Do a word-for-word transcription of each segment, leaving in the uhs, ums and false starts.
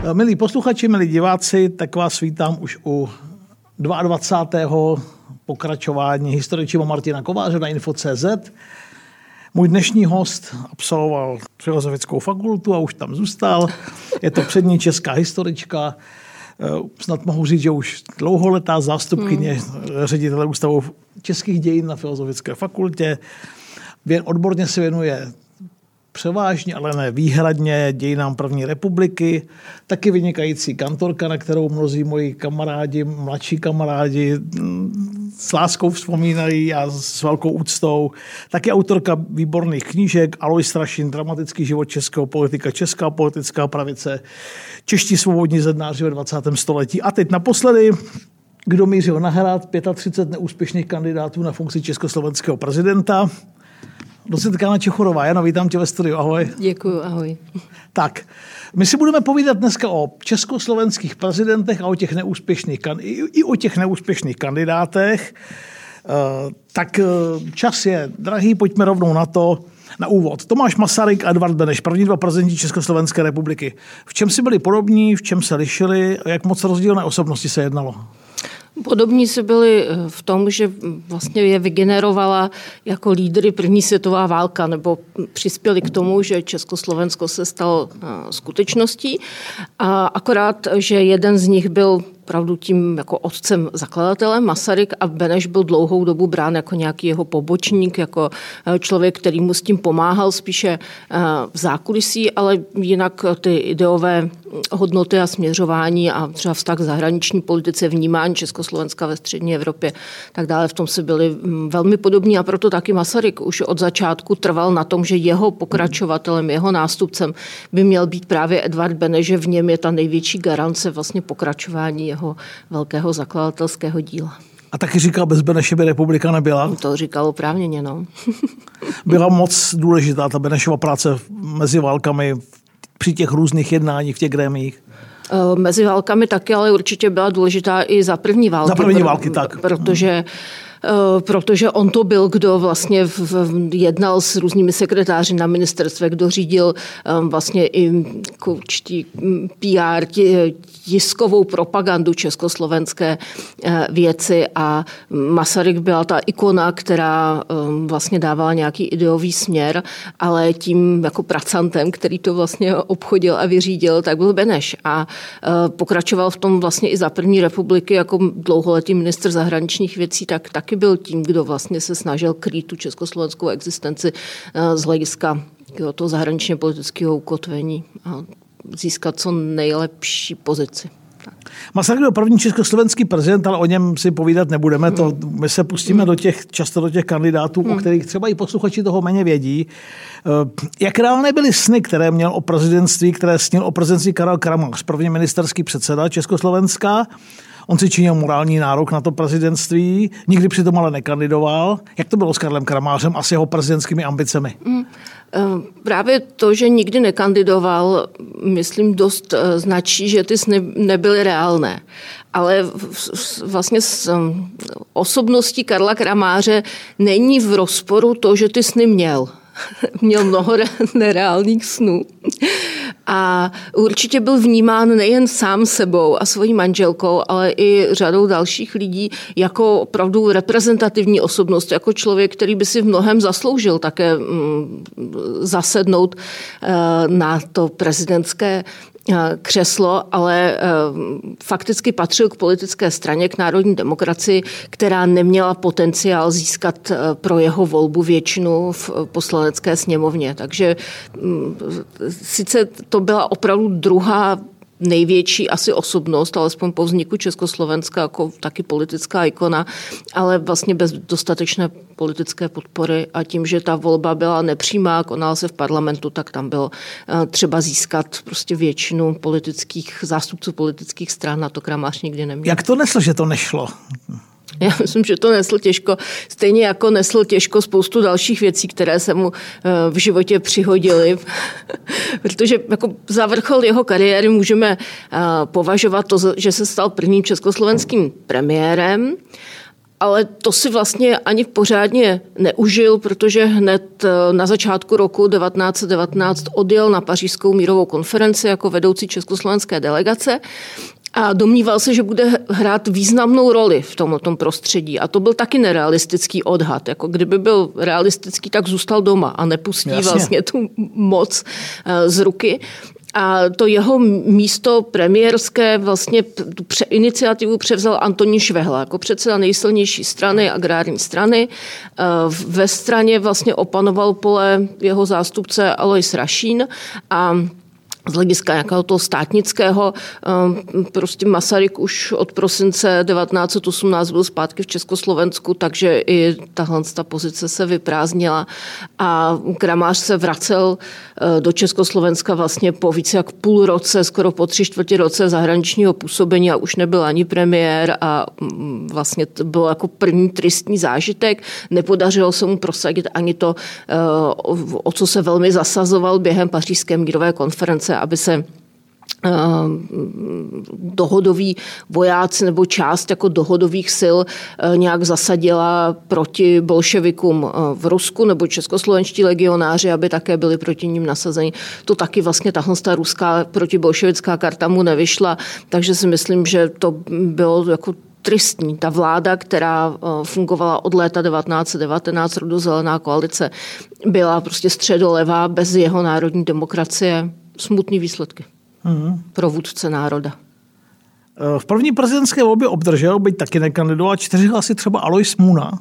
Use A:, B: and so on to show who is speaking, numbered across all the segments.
A: Milí posluchači, milí diváci, tak vás vítám už u dvacátého druhého pokračování historičího Martina Kováře na info tečka cé zet. Můj dnešní host absolvoval Filozofickou fakultu a už tam zůstal. Je to přední česká historička. Snad mohu říct, že už dlouholetá zástupkyně hmm. ředitele Ústavu českých dějin na Filozofické fakultě. Odborně se věnuje převážně, ale ne výhradně dějinám první republiky. Taky vynikající kantorka, na kterou mnozí moji kamarádi, mladší kamarádi s láskou vzpomínají a s velkou úctou. Taky autorka výborných knížek, Alois Strašin, Dramatický život českého politika, Česká politická pravice, Čeští svobodní zednáři ve dvacátém století. A teď naposledy, kdo mířil na hrad, třicet pět neúspěšných kandidátů na funkci československého prezidenta. Docentka Jana Čichurová. Jano, vítám tě ve studiu. Ahoj.
B: Děkuju, ahoj.
A: Tak, my si budeme povídat dneska o československých prezidentech a o těch neúspěšných, i o těch neúspěšných kandidátech. Tak čas je drahý, pojďme rovnou na to, na úvod. Tomáš Masaryk a Edvard Beneš, první dva prezidenti Československé republiky. V čem si byli podobní, v čem se lišili a jak moc rozdílné osobnosti se jednalo?
B: Podobní si byli v tom, že vlastně je vygenerovala jako lídry první světová válka, nebo přispěli k tomu, že Československo se stalo skutečností. A akorát, že jeden z nich byl opravdu tím jako otcem zakladatelem, Masaryk, a Beneš byl dlouhou dobu brán jako nějaký jeho pobočník, jako člověk, který mu s tím pomáhal spíše v zákulisí, ale jinak ty ideové hodnoty a směřování a třeba vztah k zahraniční politice, vnímání Československa ve střední Evropě, tak dále, v tom si byli velmi podobní a proto taky Masaryk už od začátku trval na tom, že jeho pokračovatelem, jeho nástupcem by měl být právě Edvard Beneš, že v něm je ta největší garance vlastně pokračování jeho velkého zakladatelského díla.
A: A taky říkal, bez Beneše by republika nebyla?
B: To říkal oprávněně, no.
A: Byla moc důležitá ta Benešova práce mezi válkami při těch různých jednáních v těch grémiích?
B: Mezi válkami taky, ale určitě byla důležitá i za první války.
A: Za první války, tak.
B: Protože protože on to byl, kdo vlastně jednal s různými sekretáři na ministerstve, kdo řídil vlastně i určitý P R, tiskovou propagandu československé věci a Masaryk byla ta ikona, která vlastně dávala nějaký ideový směr, ale tím jako pracantem, který to vlastně obchodil a vyřídil, tak byl Beneš a pokračoval v tom vlastně i za první republiky jako dlouholetý ministr zahraničních věcí, tak taky byl tím, kdo vlastně se snažil krýt tu československou existenci z hlediska toho zahraničně politického ukotvení a získat co nejlepší pozici.
A: Masaryk byl první československý prezident, ale o něm si povídat nebudeme. Hmm. To, my se pustíme hmm. do těch, často do těch kandidátů, hmm. o kterých třeba i posluchači toho méně vědí. Jak reálné byly sny, které měl o prezidentství, které snil o prezidentství Karel Kramář, první ministerský předseda Československa? On si činil morální nárok na to prezidentství, nikdy přitom ale nekandidoval. Jak to bylo s Karlem Kramářem a s jeho prezidentskými ambicemi? Mm,
B: právě to, že nikdy nekandidoval, myslím, dost značí, že ty sny nebyly reálné. Ale vlastně s osobností Karla Kramáře není v rozporu to, že ty sny měl. Měl mnoho nereálných snů. A určitě byl vnímán nejen sám sebou a svojí manželkou, ale i řadou dalších lidí jako opravdu reprezentativní osobnost, jako člověk, který by si v mnohem zasloužil také zasednout na to prezidentské křeslo, ale fakticky patřil k politické straně, k národní demokracii, která neměla potenciál získat pro jeho volbu většinu v poslanecké sněmovně. Takže sice to byla opravdu druhá největší asi osobnost, alespoň po vzniku Československa jako taky politická ikona, ale vlastně bez dostatečné politické podpory a tím, že ta volba byla nepřímá, konala se v parlamentu, tak tam bylo třeba získat prostě většinu politických zástupců politických stran, na to Kramář nikdy neměl.
A: Jak to nesl, že to nešlo?
B: Já myslím, že to nesl těžko. Stejně jako nesl těžko spoustu dalších věcí, které se mu v životě přihodily. Protože jako za vrchol jeho kariéry můžeme považovat to, že se stal prvním československým premiérem. ale to si vlastně ani pořádně neužil, protože hned na začátku roku devatenáct set devatenáct odjel na pařížskou mírovou konferenci jako vedoucí československé delegace a domníval se, že bude hrát významnou roli v tomto prostředí. A to byl taky nerealistický odhad. Jako kdyby byl realistický, tak zůstal doma a nepustí Jasně. vlastně tu moc z ruky. A to jeho místo premiérské vlastně tu pře- iniciativu převzal Antonín Švehla jako předseda nejsilnější strany, agrární strany. Ve straně vlastně opanoval pole jeho zástupce Alois Rašín a z hlediska nějakého toho státnického, prostě Masaryk už od prosince devatenáct set osmnáct byl zpátky v Československu, takže i tahle ta pozice se vyprázdnila a Kramář se vracel do Československa vlastně po více jak půl roce, skoro po tři čtvrtě roce zahraničního působení a už nebyl ani premiér a vlastně to bylo jako první tristní zážitek. Nepodařilo se mu prosadit ani to, o co se velmi zasazoval během pařížské mírové konference, aby se dohodoví vojáci nebo část jako dohodových sil nějak zasadila proti bolševikům v Rusku nebo českoslovenští legionáři, aby také byli proti ním nasazeni. To taky vlastně tahle ta ruská protibolševická karta mu nevyšla, takže si myslím, že to bylo jako tristní. Ta vláda, která fungovala od léta devatenáct set devatenáct, rudozelená koalice, byla prostě středolevá, bez jeho národní demokracie. Smutný výsledky hmm. pro vůdce národa.
A: V první prezidentské volbě obdržel, byť taky nekandidoval, čtyři hlasy třeba Alois Muna,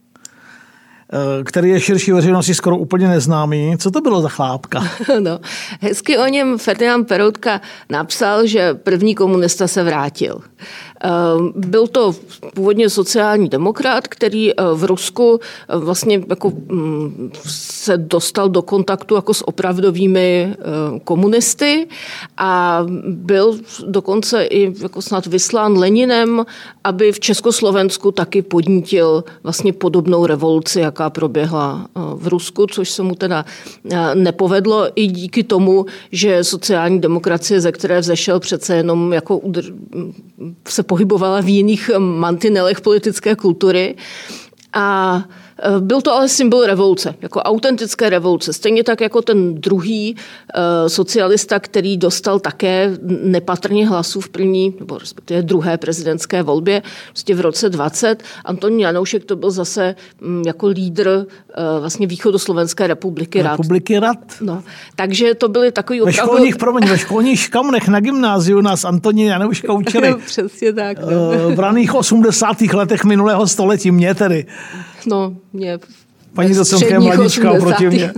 A: který je širší veřejnosti skoro úplně neznámý. Co to bylo za chlápka?
B: No, hezky o něm Ferdinand Peroutka napsal, že první komunista se vrátil. Byl to původně sociální demokrat, který v Rusku vlastně jako se dostal do kontaktu jako s opravdovými komunisty a byl dokonce i jako snad vyslán Leninem, aby v Československu taky podnítil vlastně podobnou revoluci, jaká proběhla v Rusku, což se mu teda nepovedlo i díky tomu, že sociální demokracie, ze které vzešel přece jenom jako udr- se pohybovala v jiných mantinelech politické kultury. A byl to ale symbol revoluce, jako autentické revoluce. Stejně tak jako ten druhý uh, socialista, který dostal také nepatrně hlasů v první, nebo respektive druhé prezidentské volbě, prostě v roce dvacet. Antonín Janoušek to byl zase um, jako lídr uh, vlastně Východoslovenské republiky Rad.
A: Republiky Rad.
B: No, takže to byly takový
A: ve
B: opravdu...
A: Školních, promiň, ve školních škamnech na gymnáziu nás Antonín Janouška učili.
B: Přesně tak. No.
A: Uh, v raných osmdesátých letech minulého století, mě tedy.
B: No, mě...
A: Paní docentka mladíčka oproti mě.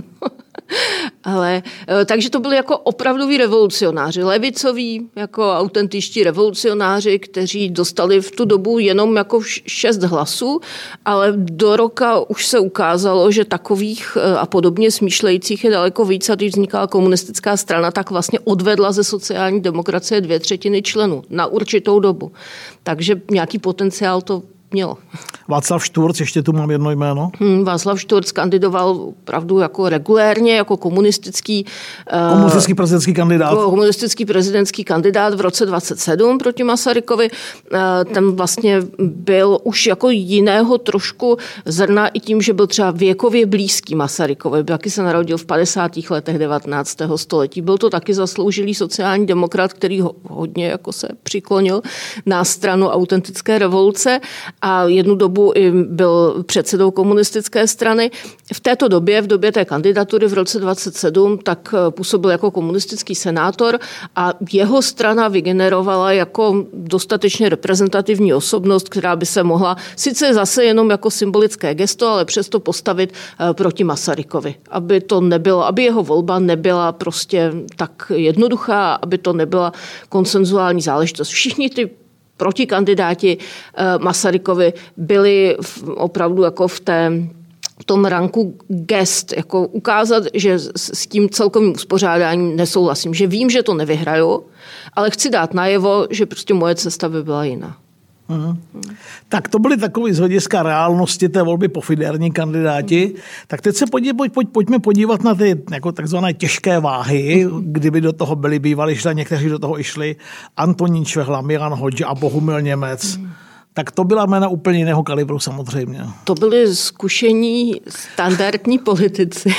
B: Ale, takže to byli jako opravdoví revolucionáři, levicoví, jako autentičtí revolucionáři, kteří dostali v tu dobu jenom jako šest hlasů, ale do roka už se ukázalo, že takových a podobně smýšlejících je daleko víc a když vznikala komunistická strana, tak vlastně odvedla ze sociální demokracie dvě třetiny členů na určitou dobu. Takže nějaký potenciál to mělo.
A: Václav Šturc, ještě tu mám jedno jméno.
B: Hmm, Václav Šturc kandidoval opravdu jako regulérně, jako komunistický...
A: Komunistický prezidentský kandidát.
B: Komunistický prezidentský kandidát v roce dvacet sedm proti Masarykovi. Ten vlastně byl už jako jiného trošku zrna i tím, že byl třeba věkově blízký Masarykovi. Taky se narodil v padesátých letech devatenáctého století. Byl to taky zasloužilý sociální demokrat, který hodně jako se přiklonil na stranu autentické revoluce a jednu dobu i byl předsedou komunistické strany. V této době, v době té kandidatury v roce dvacet sedm, tak působil jako komunistický senátor a jeho strana vygenerovala jako dostatečně reprezentativní osobnost, která by se mohla sice zase jenom jako symbolické gesto, ale přesto postavit proti Masarykovi. Aby to nebylo, aby jeho volba nebyla prostě tak jednoduchá, aby to nebyla konsenzuální záležitost. Všichni ty protikandidáti Masarykovi byli opravdu jako v té v tom ranku gest, jako ukázat, že s tím celkovým uspořádáním nesouhlasím, že vím, že to nevyhraju, ale chci dát najevo, že prostě moje cesta by byla jiná.
A: Hmm. Tak to byly takový z hlediska reálnosti té volby pofidérní kandidáti. Hmm. Tak teď se podí, pojď, pojď, pojďme podívat na ty jako takzvané těžké váhy, hmm. kdyby do toho byli bývali, šli, někteří do toho išli Antonín Švehla, Milan Hodža a Bohumil Němec. Hmm. Tak to byla jména úplně jiného kalibru samozřejmě.
B: To byli zkušení standardní politici.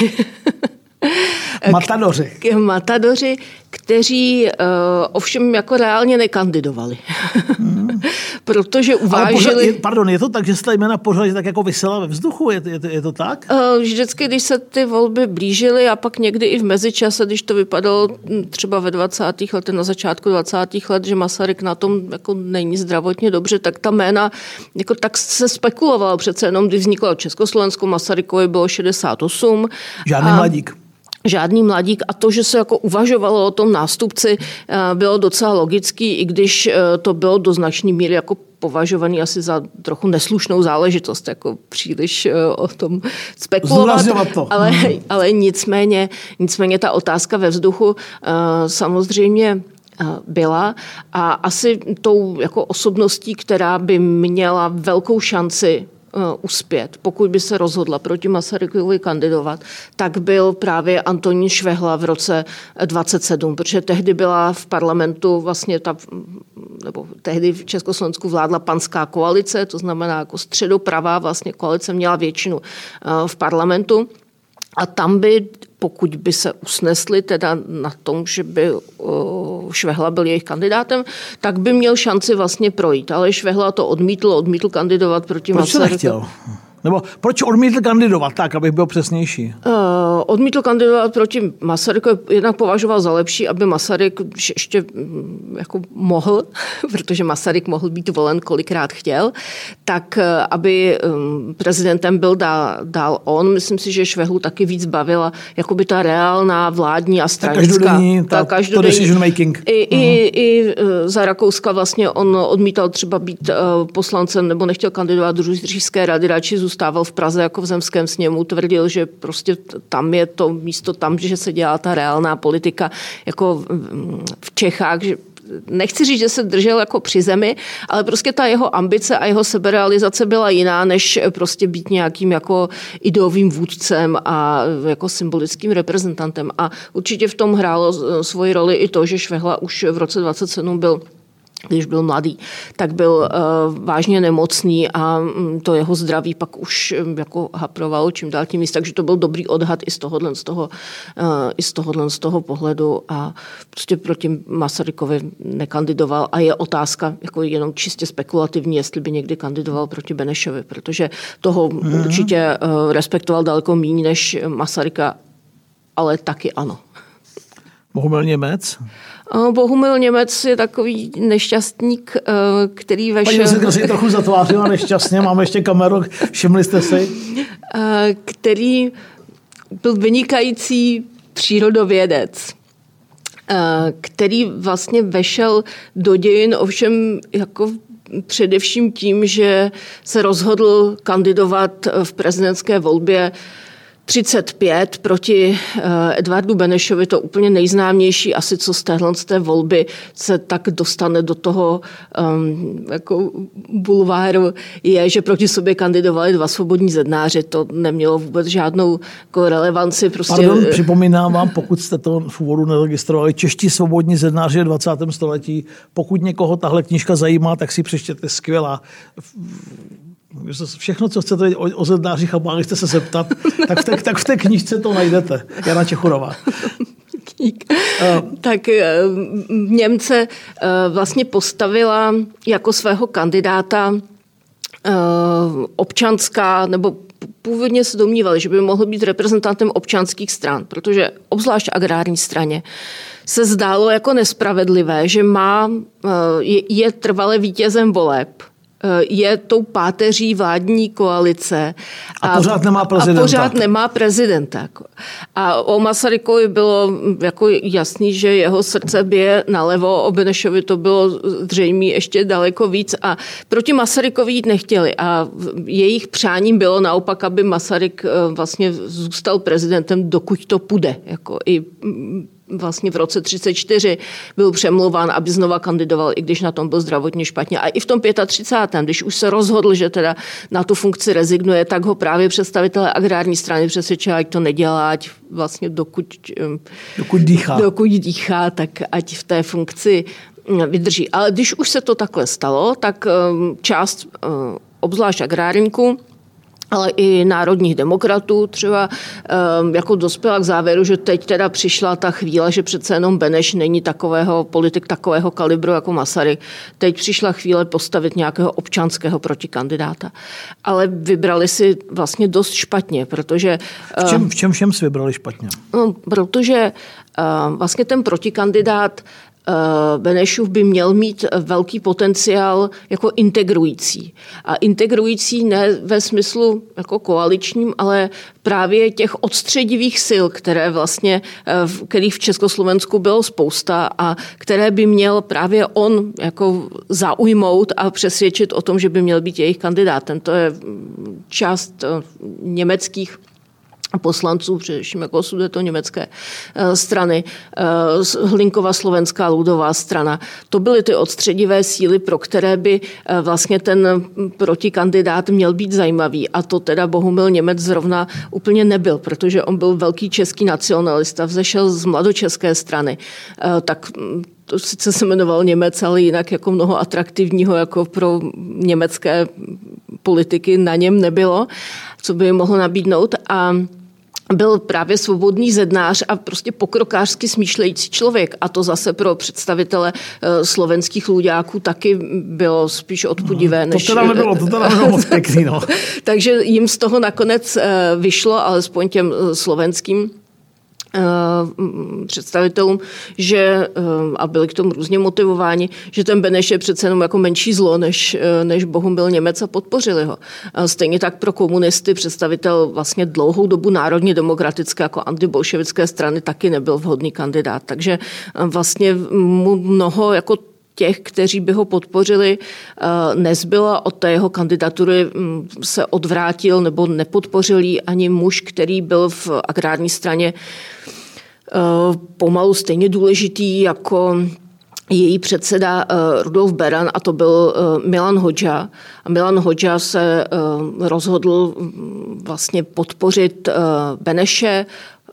A: Matadoři.
B: K, matadoři, kteří uh, ovšem jako reálně nekandidovali. Hmm. Protože uvážili...
A: Pořád, je, pardon, je to tak, že se ta jména pořád tak jako vysela ve vzduchu? Je, je, je to tak?
B: Uh, vždycky, když se ty volby blížily a pak někdy i v mezičase, když to vypadalo třeba ve dvacátých letech, na začátku dvacátých let, že Masaryk na tom jako není zdravotně dobře, tak ta jména jako tak se spekulovala přece jenom, když vzniklo Československo, Masarykovi bylo šedesát osm.
C: Žádný a... mladík.
B: Žádný mladík a to, že se jako uvažovalo o tom nástupci, bylo docela logický, i když to bylo do značné míry jako považovaný asi za trochu neslušnou záležitost, jako příliš o tom spekulovat.
A: To.
B: Ale, ale nicméně, nicméně ta otázka ve vzduchu samozřejmě byla a asi tou jako osobností, která by měla velkou šanci uspět, pokud by se rozhodla proti Masarykovi kandidovat, tak byl právě Antonín Švehla v roce dvacet sedm, protože tehdy byla v parlamentu vlastně ta, nebo tehdy v Československu vládla panská koalice, to znamená jako středopravá vlastně koalice měla většinu v parlamentu. A tam by, pokud by se usnesli teda na tom, že by Švehla byl jejich kandidátem, tak by měl šanci vlastně projít. Ale Švehla to odmítl, odmítl kandidovat proti Masarykovi.
A: Proč nechtěl? Nebo proč odmítl kandidovat, tak, abych byl přesnější?
B: Uh, odmítl kandidovat proti Masarykovi, jednak považoval za lepší, aby Masaryk ještě jako mohl, protože Masaryk mohl být volen kolikrát chtěl, tak aby um, prezidentem byl dál, dál on. Myslím si, že Švehlu taky víc bavila jakoby ta reálná vládní a stranická. Ta
A: každodenní, ta, ta to decision making.
B: I, uh-huh. i, i za Rakouska vlastně on odmítal třeba být uh, poslancem nebo nechtěl kandidovat do Říšské rady, radši zůstával v Praze jako v zemském sněmu, tvrdil, že prostě tam je to místo tam, že se dělá ta reálná politika jako v Čechách, že nechci říct, že se držel jako při zemi, ale prostě ta jeho ambice a jeho seberealizace byla jiná, než prostě být nějakým jako ideovým vůdcem a jako symbolickým reprezentantem. A určitě v tom hrálo svoji roli i to, že Švehla už v roce dvacet sedm byl, když byl mladý, tak byl uh, vážně nemocný a um, to jeho zdraví pak už um, jako haprovalo čím dál tím víc, takže to byl dobrý odhad i z tohohle z toho, uh, i z tohohle z toho pohledu a prostě proti Masarykovi nekandidoval a je otázka jako jenom čistě spekulativní, jestli by někdy kandidoval proti Benešovi, protože toho mm-hmm. určitě uh, respektoval daleko méně než Masaryka, ale taky ano.
A: Bohumil Němec?
B: Bohumil Němec je takový nešťastník, který vešel...
A: Paní Zidka si trochu zatvářila nešťastně, máme ještě kameru, všimli jste si?
B: Který byl vynikající přírodovědec, který vlastně vešel do dějin, ovšem jako především tím, že se rozhodl kandidovat v prezidentské volbě třicet pět proti Edvardu Benešovi, to úplně nejznámější asi, co z téhle z té volby se tak dostane do toho um, jako bulváru, je, že proti sobě kandidovali dva svobodní zednáři. To nemělo vůbec žádnou jako relevanci. Prostě...
A: Pardon, připomínám vám, pokud jste to v úvodu neregistrovali, čeští svobodní zednáři v dvacátém století. Pokud někoho tahle knížka zajímá, tak si přečtěte, skvělá. Všechno, co chcete o, o zednářích a báli jste se zeptat, tak v, té, tak v té knížce to najdete. Jana Čechurová.
B: Uh, tak uh, Němce uh, vlastně postavila jako svého kandidáta uh, občanská, nebo původně se domnívali, že by mohl být reprezentantem občanských stran, protože obzvlášť agrární straně se zdálo jako nespravedlivé, že má, uh, je, je trvale vítězem voleb, je tou páteří vládní koalice.
A: A, a pořád nemá prezidenta.
B: A pořád nemá prezidenta. A o Masarykovi bylo jako jasný, že jeho srdce bije nalevo, o Benešovi to bylo zřejmě ještě daleko víc a proti Masarykovi jít nechtěli. A jejich přáním bylo naopak, aby Masaryk vlastně zůstal prezidentem, dokud to půjde. Jako i vlastně v roce třicet čtyři byl přemlouván, aby znova kandidoval, i když na tom byl zdravotně špatně. A i v tom třicátém pátém když už se rozhodl, že teda na tu funkci rezignuje, tak ho právě představitelé agrární strany přesvědčili, ať to nedělá, ať vlastně dokud,
A: dokud dýchá.
B: dokud dýchá, tak ať v té funkci vydrží. Ale když už se to takhle stalo, tak část, obzvlášť agrárníků, ale i národních demokratů třeba jako dospěla k závěru, že teď teda přišla ta chvíle, že přece jenom Beneš není takového politik takového kalibru jako Masaryk. Teď přišla chvíle postavit nějakého občanského protikandidáta. Ale vybrali si vlastně dost špatně, protože...
A: V čem, v čem všem si vybrali špatně?
B: No, protože vlastně ten protikandidát Benešův by měl mít velký potenciál jako integrující. A integrující ne ve smyslu jako koaličním, ale právě těch odstředivých sil, které vlastně, kterých v Československu bylo spousta a které by měl právě on jako zaujmout a přesvědčit o tom, že by měl být jejich kandidátem. To je část německých poslanců, především jako to německé strany, Hlinkova slovenská ludová strana. To byly ty odstředivé síly, pro které by vlastně ten protikandidát měl být zajímavý. A to teda Bohumil Němec zrovna úplně nebyl, protože on byl velký český nacionalista, vzešel z mladočeské strany. Tak to sice se jmenoval Němec, ale jinak jako mnoho atraktivního jako pro německé politiky na něm nebylo, co by jim mohlo nabídnout. A byl právě svobodný zednář a prostě pokrokářsky smýšlející člověk. A to zase pro představitele slovenských luďáků taky bylo spíš odpudivé.
A: No, to teda nebylo, to teda nebylo moc pěkný. No.
B: Takže jim z toho nakonec vyšlo, alespoň těm slovenským představitelům, že, a byli k tomu různě motivováni, že ten Beneš je přece jenom jako menší zlo, než, než Bohumil Němec a podpořili ho. Stejně tak pro komunisty představitel vlastně dlouhou dobu národně demokratické jako antibolševické strany taky nebyl vhodný kandidát. Takže vlastně mu mnoho jako těch, kteří by ho podpořili, nezbylo. Od té jeho kandidatury se odvrátil nebo nepodpořil ji ani muž, který byl v agrární straně pomalu stejně důležitý jako její předseda Rudolf Beran, a to byl Milan Hodža. A Milan Hodža se rozhodl vlastně podpořit Beneše,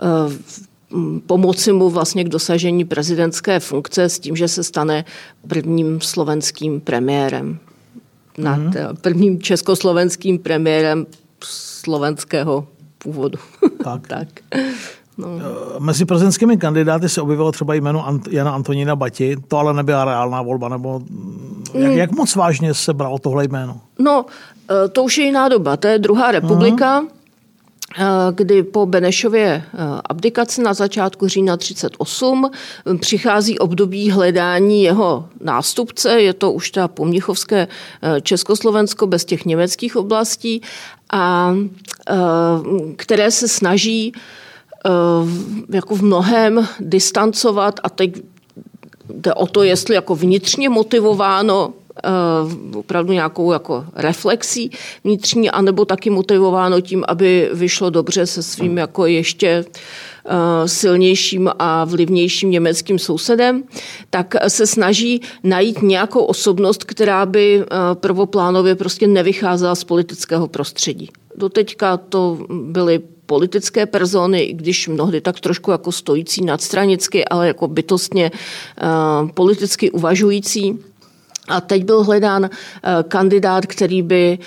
B: pomoci mu vlastně k dosažení prezidentské funkce s tím, že se stane prvním slovenským premiérem. Nad mm. prvním československým premiérem slovenského původu. Tak. tak. No.
A: Mezi prezidentskými kandidáty se objevilo třeba jméno Ant- Jana Antonína Bati. To ale nebyla reálná volba, nebo jak, jak moc vážně se bralo tohle jméno?
B: No, to už je jiná doba. To je druhá republika. Mm. Kdy po Benešově abdikaci na začátku října třicet osm přichází období hledání jeho nástupce, je to už ta pomnichovské Československo bez těch německých oblastí, a které se snaží jako v mnohém distancovat, a teď jde o to, jestli jako vnitřně motivováno opravdu nějakou jako reflexí vnitřní, anebo taky motivováno tím, aby vyšlo dobře se svým jako ještě silnějším a vlivnějším německým sousedem, tak se snaží najít nějakou osobnost, která by prvoplánově prostě nevycházela z politického prostředí. Doteďka to byly politické persony, i když mnohdy tak trošku jako stojící nadstranicky, ale jako bytostně politicky uvažující. A teď byl hledán kandidát, který by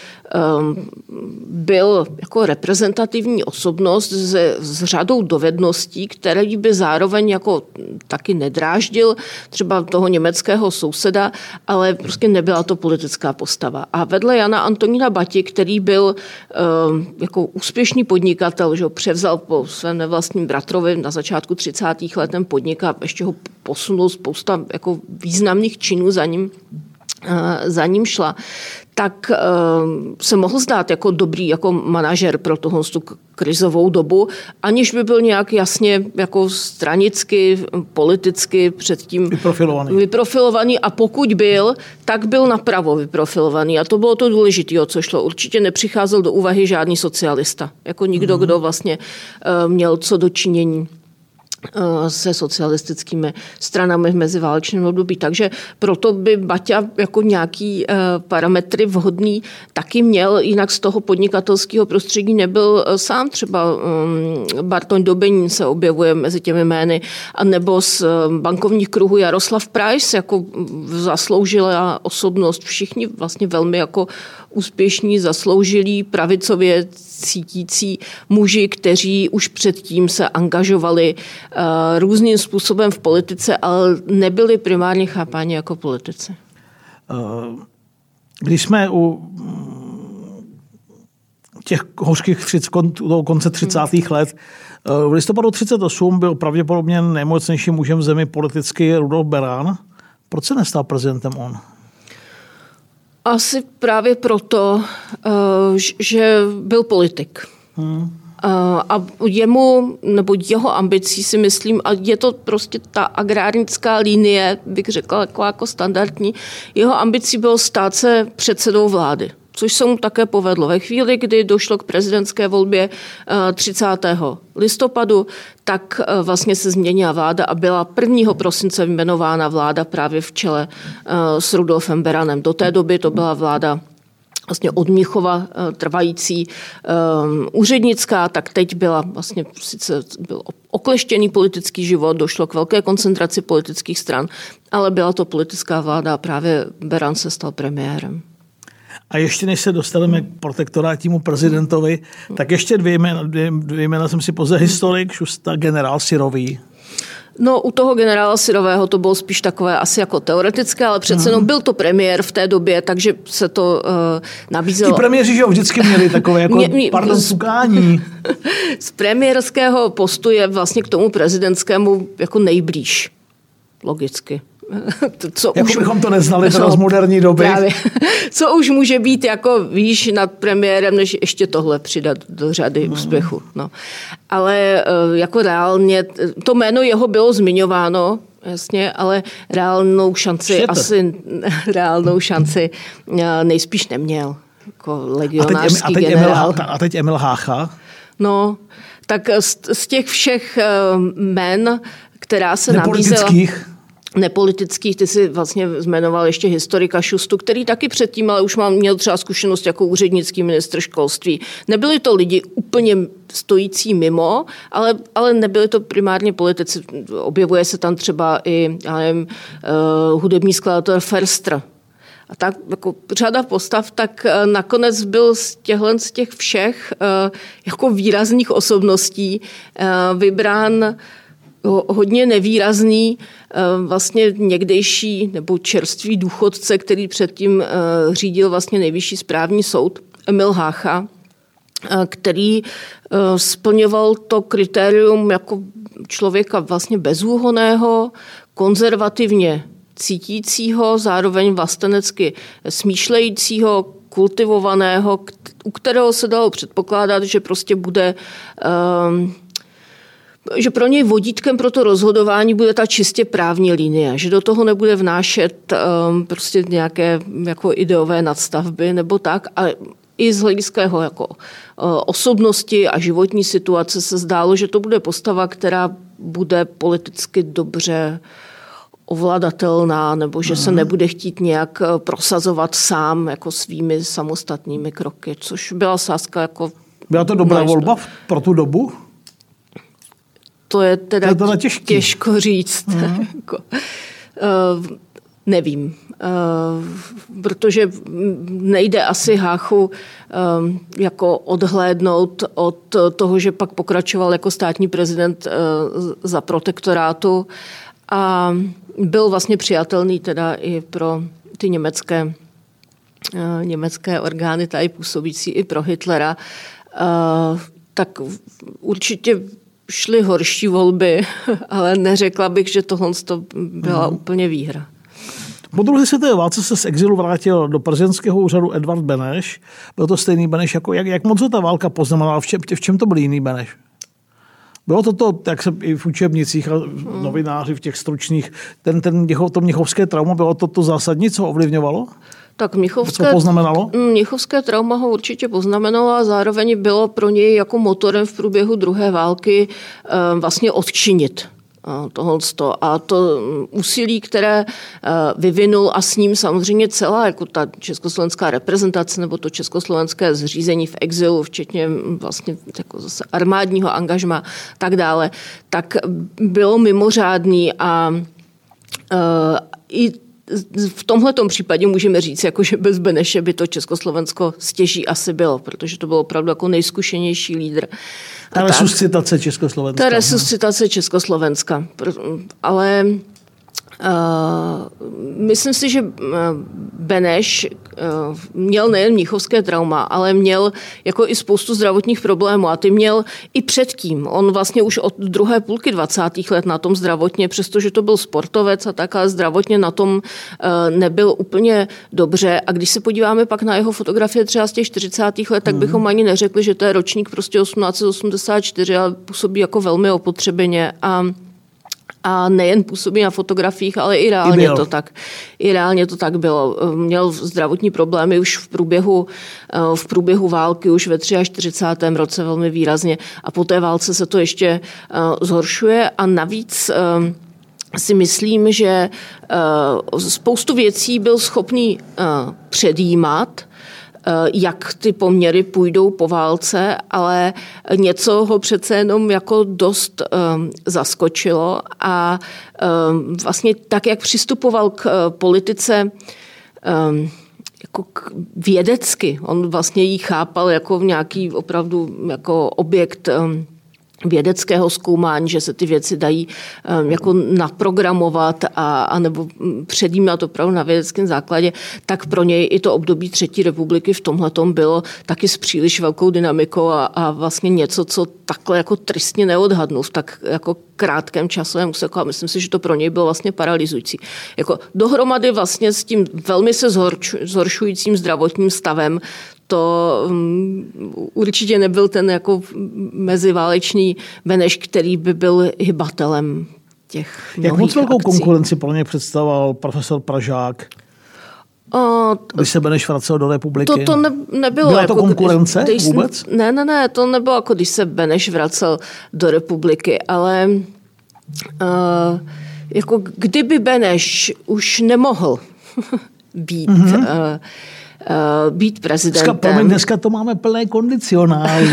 B: byl jako reprezentativní osobnost s, s řadou dovedností, který by zároveň jako taky nedráždil třeba toho německého souseda, ale prostě nebyla to politická postava. A vedle Jana Antonína Bati, který byl jako úspěšný podnikatel, že ho převzal po svém nevlastním bratrovi na začátku třicátých let ten podnik a ještě ho posunul spousta jako významných činů za ním, za ním šla, tak se mohl zdát jako dobrý jako manažer pro tohle tu krizovou dobu, aniž by byl nějak jasně jako stranicky, politicky předtím
A: vyprofilovaný.
B: vyprofilovaný, a pokud byl, tak byl napravo vyprofilovaný, a to bylo to důležité, o co šlo. Určitě nepřicházel do úvahy žádný socialista, jako nikdo, mm. kdo vlastně měl co dočinění se socialistickými stranami v meziválečném období. Takže proto by Baťa jako nějaký parametry vhodný taky měl, jinak z toho podnikatelského prostředí nebyl sám. Třeba Bartoň Dobenín se objevuje mezi těmi jmény, a nebo z bankovních kruhů Jaroslav Preiss, jako zasloužilá osobnost. Všichni vlastně velmi jako úspěšní, zasloužilí, pravicově cítící muži, kteří už předtím se angažovali uh, různým způsobem v politice, ale nebyli primárně chápáni jako politici.
A: Když jsme u těch hořkých konce třicátých let, v listopadu třicet osm byl pravděpodobně nejmocnějším mužem v zemi politicky Rudolf Beran. Proč se nestal prezidentem on?
B: Asi právě proto, že byl politik. Hmm. A jemu, nebo jeho ambicí si myslím, a je to prostě ta agrárnická linie, bych řekla jako, jako standardní, jeho ambicí bylo stát se předsedou vlády, což se mu také povedlo. Ve chvíli, kdy došlo k prezidentské volbě třicátého listopadu, tak vlastně se změnila vláda a byla prvního prosince jmenována vláda právě v čele s Rudolfem Beranem. Do té doby to byla vláda vlastně od Mnichova trvající um, úřednická, tak teď byla vlastně sice byl okleštěný politický život, došlo k velké koncentraci politických stran, ale byla to politická vláda a právě Beran se stal premiérem.
A: A ještě než se dostaneme k protektorátímu prezidentovi, tak ještě dvě jména, dvě, dvě jména jsem si pozval, historik, Šusta, generál Syrový.
B: No, u toho generála Syrového to bylo spíš takové asi jako teoretické, ale přece jenom byl to premiér v té době, takže se to uh, nabízelo.
A: Ti premiéři, že ho vždycky měli takové jako, mě, mě, pardon, sukání.
B: Z premiérského postu je vlastně k tomu prezidentskému jako nejblíž, logicky.
A: Co jako už, bychom to neznali no, z moderní doby.
B: Právě. Co už může být jako výš nad premiérem, než ještě tohle přidat do řady mm. úspěchu. No. Ale jako reálně, to jméno jeho bylo zmiňováno, jasně, ale reálnou šanci Štěte. asi reálnou šanci nejspíš neměl. Jako legionářský
A: a teď, a teď
B: generál.
A: Emil, a teď Emil Hácha?
B: No, tak z, z těch všech jmen, která se nabízela... Nepolitických, ty si vlastně jmenoval ještě historika Šustu, který taky předtím, ale už mám, měl třeba zkušenost jako úřednický ministr školství. Nebyli to lidi úplně stojící mimo, ale, ale nebyli to primárně politici. Objevuje se tam třeba i, já nevím, uh, hudební skladatel Förster. A tak jako řada postav, tak uh, nakonec byl z těchhle z těch všech uh, jako výrazných osobností uh, vybrán hodně nevýrazný vlastně někdejší nebo čerstvý důchodce, který předtím řídil vlastně nejvyšší správní soud, Emil Hácha, který splňoval to kritérium jako člověka vlastně bezúhonného, konzervativně cítícího, zároveň vlastenecky smýšlejícího, kultivovaného, u kterého se dalo předpokládat, že prostě bude že pro něj vodítkem pro to rozhodování bude ta čistě právní linie, že do toho nebude vnášet um, prostě nějaké jako ideové nadstavby nebo tak. A i z hlediska jeho jako uh, osobnosti a životní situace se zdálo, že to bude postava, která bude politicky dobře ovladatelná, nebo že se nebude chtít nějak prosazovat sám jako svými samostatnými kroky, což byla sázka jako...
A: Byla to dobrá volba pro tu dobu?
B: To je teda to je těžko říct. Mm. jako, uh, nevím. Uh, protože nejde asi Háchu um, jako odhlédnout od toho, že pak pokračoval jako státní prezident uh, za protektorátu a byl vlastně přijatelný teda i pro ty německé, uh, německé orgány, tady působící i pro Hitlera. Uh, tak určitě šly horší volby, ale neřekla bych, že tohle byla mm. úplně výhra.
A: Po druhé světové válce se z exilu vrátil do prezidentského úřadu Edvard Beneš. Byl to stejný Beneš, jako jak, jak moc ta válka poznamenala, v čem, v čem to byl jiný Beneš? Bylo to to, jak se i v učebnicích a mm. novináři v těch stručných, ten, ten, to mnichovské trauma, bylo to to zásadní, co ovlivňovalo?
B: Tak mnichovské,
A: co poznamenalo?
B: Mnichovské trauma ho určitě poznamenalo a zároveň bylo pro něj jako motorem v průběhu druhé války vlastně odčinit tohoto. A to úsilí, které vyvinul a s ním samozřejmě celá jako ta československá reprezentace nebo to československé zřízení v exilu, včetně vlastně jako zase armádního angažma tak dále, tak bylo mimořádný a i v tomhletom případě můžeme říct, jako, že bez Beneše by to Československo stěží asi bylo, protože to byl opravdu jako nejzkušenější lídr.
A: Ta resuscitace Československa.
B: Ta resuscitace Československa. Ale uh, myslím si, že Beneš uh, měl nejen mnichovské trauma, ale měl jako i spoustu zdravotních problémů a ty měl i předtím. On vlastně už od druhé půlky dvacátých let na tom zdravotně, přestože to byl sportovec a tak, ale zdravotně na tom uh, nebyl úplně dobře. A když se podíváme pak na jeho fotografie třeba z těch čtyřicátých let, tak bychom ani neřekli, že to je ročník prostě osmnáct osmdesát čtyři, ale působí jako velmi opotřebeně a A nejen působí na fotografiích, ale i reálně to tak. I reálně to tak bylo. Měl zdravotní problémy už v průběhu, v průběhu války, už ve čtyřicátém třetím roce velmi výrazně. A po té válce se to ještě zhoršuje. A navíc si myslím, že spoustu věcí byl schopný předjímat, jak ty poměry půjdou po válce, ale něco ho přece jenom jako dost um, zaskočilo a um, vlastně tak, jak přistupoval k uh, politice um, jako k vědecky, on vlastně ji chápal jako nějaký opravdu jako objekt um, vědeckého zkoumání, že se ty věci dají um, jako naprogramovat a, a nebo předjímat opravdu na vědeckém základě, tak pro něj i to období Třetí republiky v tomhletom bylo taky s příliš velkou dynamikou a, a vlastně něco, co takhle jako tristně neodhadnu v tak jako krátkém časovém úseku a myslím si, že to pro něj bylo vlastně paralyzující. Jako dohromady vlastně s tím velmi se zhorču, zhoršujícím zdravotním stavem to um, určitě nebyl ten jako meziválečný Beneš, který by byl hybatelem těch
A: Jak moc velkou
B: akcí.
A: konkurenci pro ně představoval profesor Pražák?
B: O,
A: když se Beneš vracel do republiky?
B: To, to ne, nebylo.
A: Byla
B: jako,
A: to konkurence
B: když,
A: vůbec?
B: Ne, ne, ne, to nebylo jako když se Beneš vracel do republiky, ale uh, jako kdyby Beneš už nemohl být mm-hmm. uh, uh, být prezidentem.
A: Dneska, promiň, dneska to máme plné kondicionály.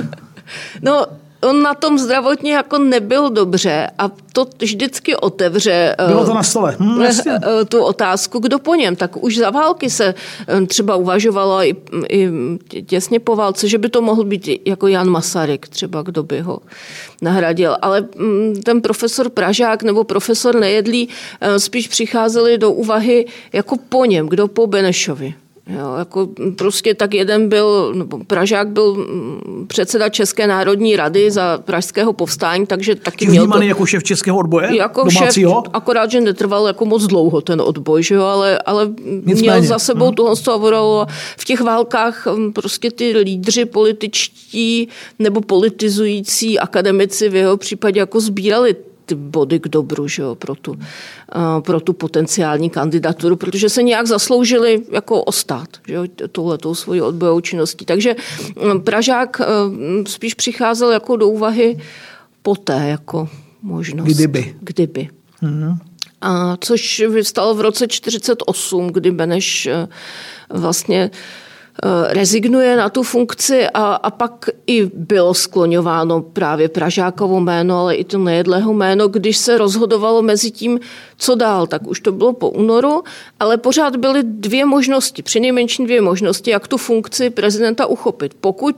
B: No, on na tom zdravotně jako nebyl dobře a to vždycky otevře
A: Bylo to na stole. Hm,
B: tu otázku, kdo po něm. Tak už za války se třeba uvažovalo i, i těsně po válce, že by to mohl být jako Jan Masaryk, třeba kdo by ho nahradil. Ale ten profesor Pražák nebo profesor Nejedlý spíš přicházeli do úvahy jako po něm, kdo po Benešovi. Jo, jako prostě tak jeden byl, nebo Pražák byl předseda České národní rady za pražského povstání, takže taky
A: Ty
B: měl to...
A: jako šéf českého odboje?
B: Jako
A: domácího?
B: Šéf, akorát, že netrval jako moc dlouho ten odboj, že jo, ale, ale měl za sebou hmm. tuhle roli. V těch válkách prostě ty lídři političtí nebo politizující akademici v jeho případě jako sbírali ty body k dobru, že jo, pro tu, uh, pro tu potenciální kandidaturu, protože se nějak zasloužili jako o stát, že jo, touhletou svoji odbojovou činností. Takže um, Pražák uh, spíš přicházel jako do úvahy poté jako možnost.
A: Kdyby.
B: Kdyby.
A: Mm-hmm.
B: A což vyvstalo v roce čtyřicet osm, kdy Beneš uh, vlastně rezignuje na tu funkci a, a pak i bylo skloňováno právě Pražákovo jméno, ale i to Nejedlého jméno, když se rozhodovalo mezi tím, co dál. Tak už to bylo po únoru, ale pořád byly dvě možnosti, přinejmenším dvě možnosti, jak tu funkci prezidenta uchopit. Pokud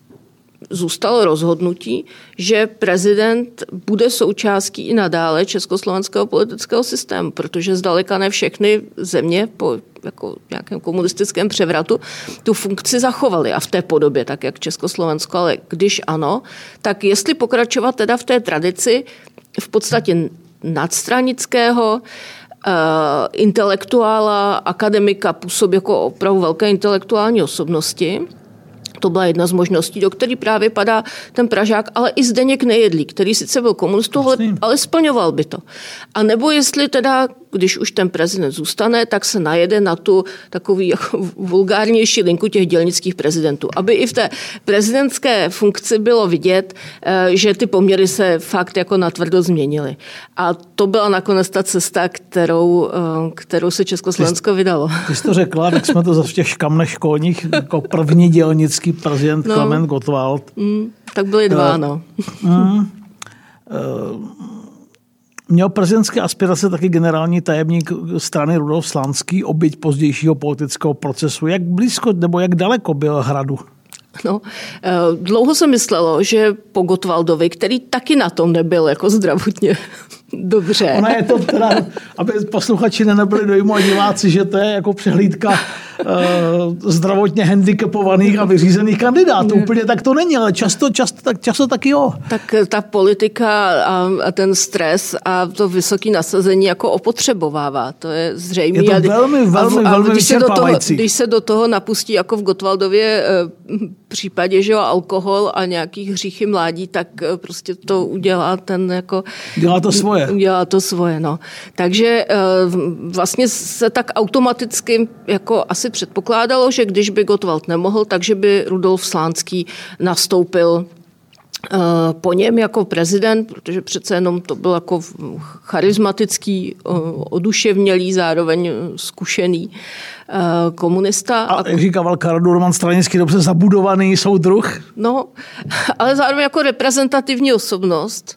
B: zůstalo rozhodnutí, že prezident bude součástí i nadále československého politického systému, protože zdaleka ne všechny země po jako nějakém komunistickém převratu tu funkci zachovali a v té podobě, tak jak Československo, ale když ano, tak jestli pokračovat teda v té tradici v podstatě nadstranického uh, intelektuála, akademika, působí jako opravdu velké intelektuální osobnosti. To byla jedna z možností, do které právě padá ten Pražák, ale i Zdeněk Nejedlý, který sice byl komunistou, ale, ale splňoval by to. A nebo jestli teda když už ten prezident zůstane, tak se najede na tu takový jako vulgárnější linku těch dělnických prezidentů. Aby i v té prezidentské funkci bylo vidět, že ty poměry se fakt jako natvrdo změnily. A to byla nakonec ta cesta, kterou, kterou se Československo vydalo.
A: Ty jsi to řekla, tak jsme to v těch škamnech školních, jako první dělnický prezident no, Klement Gottwald.
B: Mm, tak byly dva, uh, no. Mm, uh,
A: Měl prezidentské aspirace taky generální tajemník strany Rudolf Slánský, oběť pozdějšího politického procesu. Jak blízko nebo jak daleko byl Hradu?
B: No, dlouho se myslelo, že po Gottwaldovi, který taky na tom nebyl jako zdravotně dobře.
A: Ona je to teda, aby posluchači nebyli dojmu a diváci, že to je jako přehlídka uh, zdravotně handicapovaných a vyřízených kandidátů. Úplně tak to není, ale často, často, tak, často taky jo.
B: Tak ta politika a, a ten stres a to vysoké nasazení jako opotřebovává. To je zřejmé.
A: Je to velmi, velmi, a, a velmi
B: když
A: vyčerpávající.
B: Se když se do toho napustí jako v Gottwaldově případě, že jo, alkohol a nějaký hříchy mládí, tak prostě to udělá ten jako...
A: Dělá to svoje.
B: Dělá to svoje, no. Takže vlastně se tak automaticky jako asi předpokládalo, že když by Gottwald nemohl, takže by Rudolf Slánský nastoupil po něm jako prezident, protože přece jenom to byl jako charismatický, oduševnělý, zároveň zkušený komunista.
A: A jak říká Karol Roman Stranický, dobře zabudovaný soudruh.
B: No, ale zároveň jako reprezentativní osobnost.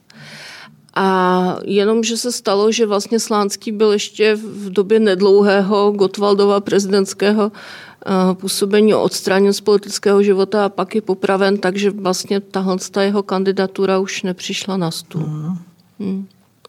B: A jenom, že se stalo, že vlastně Slánský byl ještě v době nedlouhého Gottwaldova prezidentského působení odstraněn z politického života a pak je popraven, takže vlastně tahle jeho kandidatura už nepřišla na stůl. Mm. Hmm.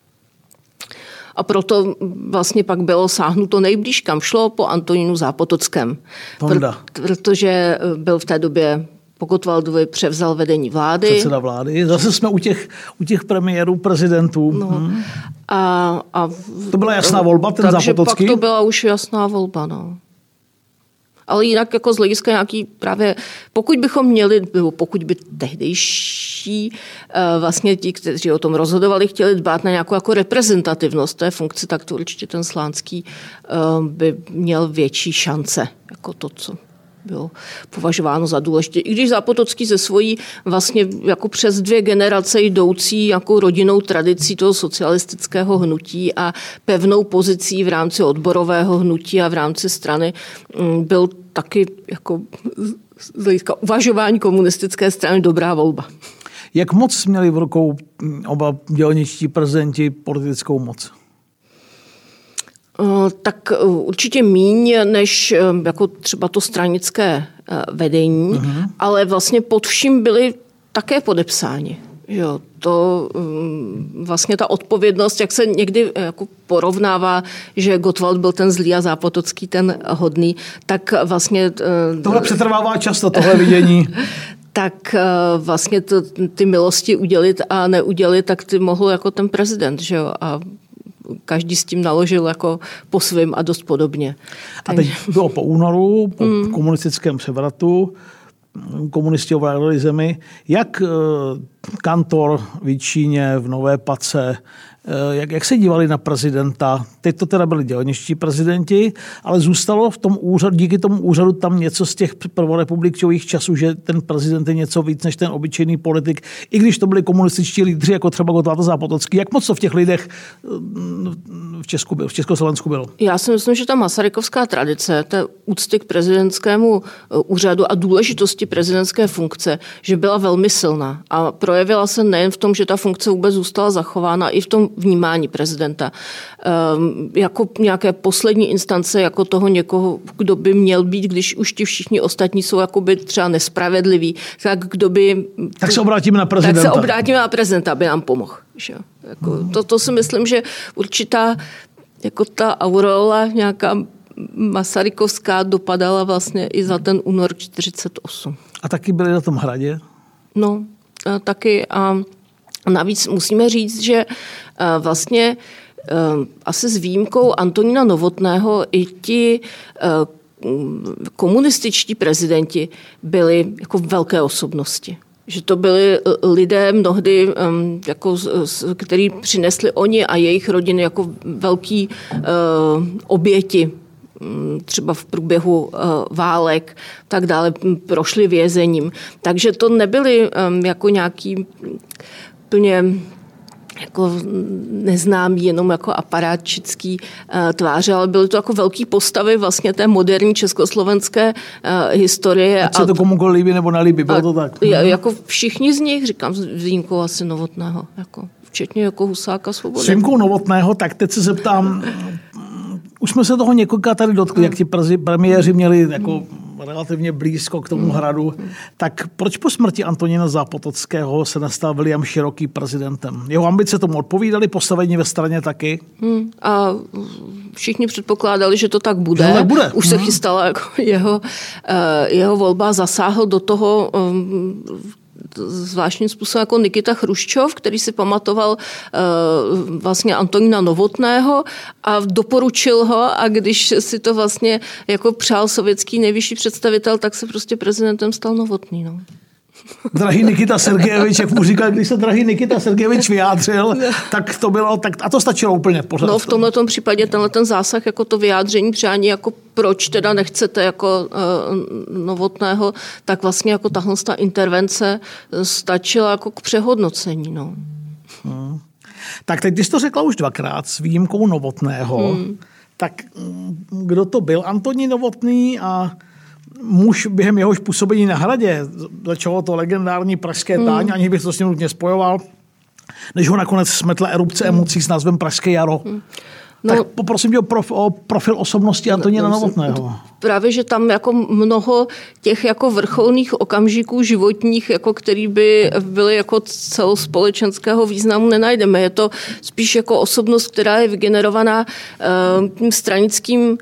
B: A proto vlastně pak bylo sáhnuto nejblíž, kam šlo, po Antonínu Zápotockém. Pr- protože byl v té době po Gottwaldovi převzal vedení vlády.
A: Předseda vlády. Zase jsme u těch, u těch premiérů, prezidentů.
B: No. Hmm. A, a,
A: to byla jasná volba, ten
B: takže
A: Zápotocký?
B: Takže pak to byla už jasná volba, no. Ale jinak jako z hlediska nějaký právě, pokud bychom měli, nebo pokud by tehdejší vlastně ti, kteří o tom rozhodovali, chtěli dbát na nějakou jako reprezentativnost té funkce, tak to určitě ten Slánský by měl větší šance, jako to, co bylo považováno za důležité. I když Zápotocký ze svojí vlastně jako přes dvě generace jdoucí jako rodinnou tradicí toho socialistického hnutí a pevnou pozicí v rámci odborového hnutí a v rámci strany byl taky jako z hlediska uvažování komunistické strany dobrá volba.
A: Jak moc měli v rukou oba dělničtí prezidenti politickou moc?
B: Tak určitě míň než jako třeba to stranické vedení, uh-huh. ale vlastně pod vším byli také podepsáni. Jo, to vlastně ta odpovědnost, jak se někdy jako porovnává, že Gottwald byl ten zlý a Zápotocký ten hodný, tak vlastně...
A: Tohle přetrvává často, tohle vidění.
B: Tak vlastně to, ty milosti udělit a neudělit, tak ty mohl jako ten prezident, že jo, a každý s tím naložil jako po svým a dost podobně.
A: A teď bylo po únoru, po mm. komunistickém převratu, komunisti ovládali zemi. Jak Kantor v Jičíně, v Nové Pace, jak, jak se dívali na prezidenta? Teď to teda byli dělničtí prezidenti, ale zůstalo v tom úřadu, díky tomu úřadu tam něco z těch prvorepublikových časů, že ten prezident je něco víc než ten obyčejný politik, i když to byli komunističtí lídři, jako třeba Gottwald a Zápotocký. Jak moc to v těch lidech v Česku bylo, v Československu bylo?
B: Já si myslím, že ta masarykovská tradice, té úcty k prezidentskému úřadu a důležitosti prezidentské funkce, že byla velmi silná a projevila se nejen v tom, že ta funkce vůbec zůstala zachována, i v tom vnímání prezidenta. Um, jako nějaké poslední instance, jako toho někoho, kdo by měl být, když už ti všichni ostatní jsou jakoby třeba nespravedliví, tak kdo by...
A: Tak se obrátíme na prezidenta.
B: Tak se obrátíme na prezidenta, aby nám pomohl. Že? Jako, hmm. to, to si myslím, že určitá jako ta aureola nějaká masarykovská dopadala vlastně i za ten únor čtyřicet osm.
A: A taky byli na tom Hradě?
B: No, a taky a navíc musíme říct, že vlastně asi s výjimkou Antonína Novotného i ti komunističtí prezidenti byli jako velké osobnosti. že to byli lidé mnohdy, jako, který přinesli oni a jejich rodiny jako velký uh, oběti, třeba v průběhu uh, válek, tak dále, prošli vězením. Takže to nebyly um, jako nějaký plně jako neznámý, jenom jako aparátčický uh, tváře, ale byly to jako velký postavy vlastně té moderní československé uh, historie.
A: Ať se to komukoliv líbí nebo nelíbí, bylo to tak.
B: A, jako všichni z nich, říkám, s výjimkou asi Novotného, jako, včetně jako Husáka, Svobody.
A: S výjimkou Novotného, tak teď se zeptám, už jsme se toho několikrát tady dotkli, jak ti premiéři měli jako relativně blízko k tomu hradu, tak proč po smrti Antonína Zápotockého se nestal William Široký prezidentem? Jeho ambice tomu odpovídaly, postavení ve straně taky?
B: Hmm. A všichni předpokládali, že to tak bude.
A: Že tak bude.
B: Už se chystala jako jeho, jeho volba, zasáhl do toho zvláštním způsobem jako Nikita Chruščov, který si pamatoval uh, vlastně Antonína Novotného a doporučil ho, a když si to vlastně jako přál sovětský nejvyšší představitel, tak se prostě prezidentem stal Novotný. No.
A: Drahý Nikita Sergejevič, jak mu říkal, když se drahý Nikita Sergejevič vyjádřil, tak to bylo, tak, a to stačilo úplně pořád.
B: No v tomhletom případě tenhle ten zásah, jako to vyjádření přání, jako proč teda nechcete jako uh, Novotného, tak vlastně jako tahle ta intervence stačila jako k přehodnocení. No.
A: Hmm. Tak teď, když to řekla už dvakrát s výjimkou Novotného, hmm. tak kdo to byl? Antonín Novotný a muž během jehož působení na hradě, začalo to legendární pražské táň, hmm. ani bych to s ním nutně spojoval, než ho nakonec smetla erupce emocí s názvem Pražské jaro. Hmm. No, tak poprosím tě o, prof, o profil osobnosti Antonína no, Novotného.
B: Právě, že tam jako mnoho těch jako vrcholných okamžiků životních, jako který by byly jako celospolečenského významu, nenajdeme. Je to spíš jako osobnost, která je vygenerovaná uh, tím stranickým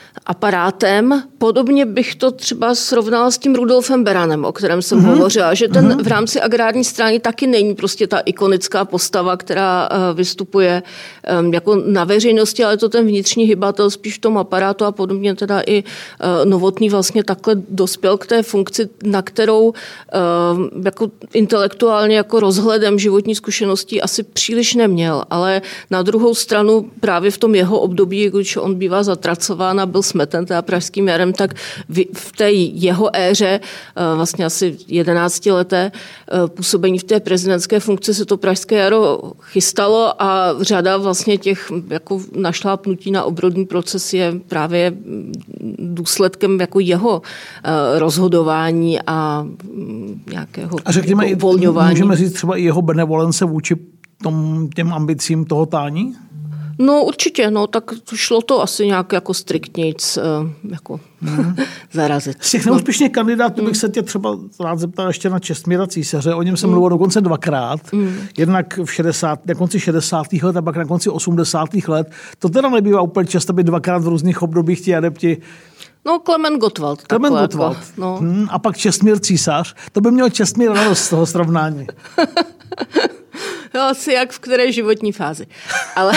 B: aparátem. Podobně bych to třeba srovnala s tím Rudolfem Beranem, o kterém jsem mm-hmm. hovořila, že ten mm-hmm. v rámci agrární strany taky není prostě ta ikonická postava, která uh, vystupuje um, jako na veřejnosti, ale to ten vnitřní hybatel spíš v tom aparátu, a podobně teda i uh, Novotný vlastně takhle dospěl k té funkci, na kterou uh, jako intelektuálně jako rozhledem životní zkušeností asi příliš neměl, ale na druhou stranu právě v tom jeho období, když on bývá zatracován a byl smeten teda pražským jarem, tak v té jeho éře, vlastně asi jedenáctileté působení v té prezidentské funkci, se to pražské jaro chystalo a řada vlastně těch jako našlápnutí na obrodný proces je právě důsledkem jako jeho rozhodování a nějakého
A: a řekněme,
B: jako uvolňování.
A: Můžeme říct třeba i jeho benevolence vůči tom, těm ambicím toho tání?
B: No určitě, no tak šlo to asi nějak jako striktnějc jako hmm. zarazit.
A: Z těch neúspěšných kandidátů bych se tě třeba rád zeptal ještě na Čestmíra Císaře. O něm jsem mluvil dokonce dvakrát. Hmm. Jednak v šedesátých na konci šedesátých let a pak na konci osmdesátých let. To teda nebývá úplně často, aby dvakrát v různých obdobích ti adepti.
B: No, Klement Gottwald.
A: Klement Gottwald. Jako, no. hmm, a pak Čestmír Císař. To by měl Čestmír radost z toho srovnání.
B: No, asi jak v které životní fázi. Ale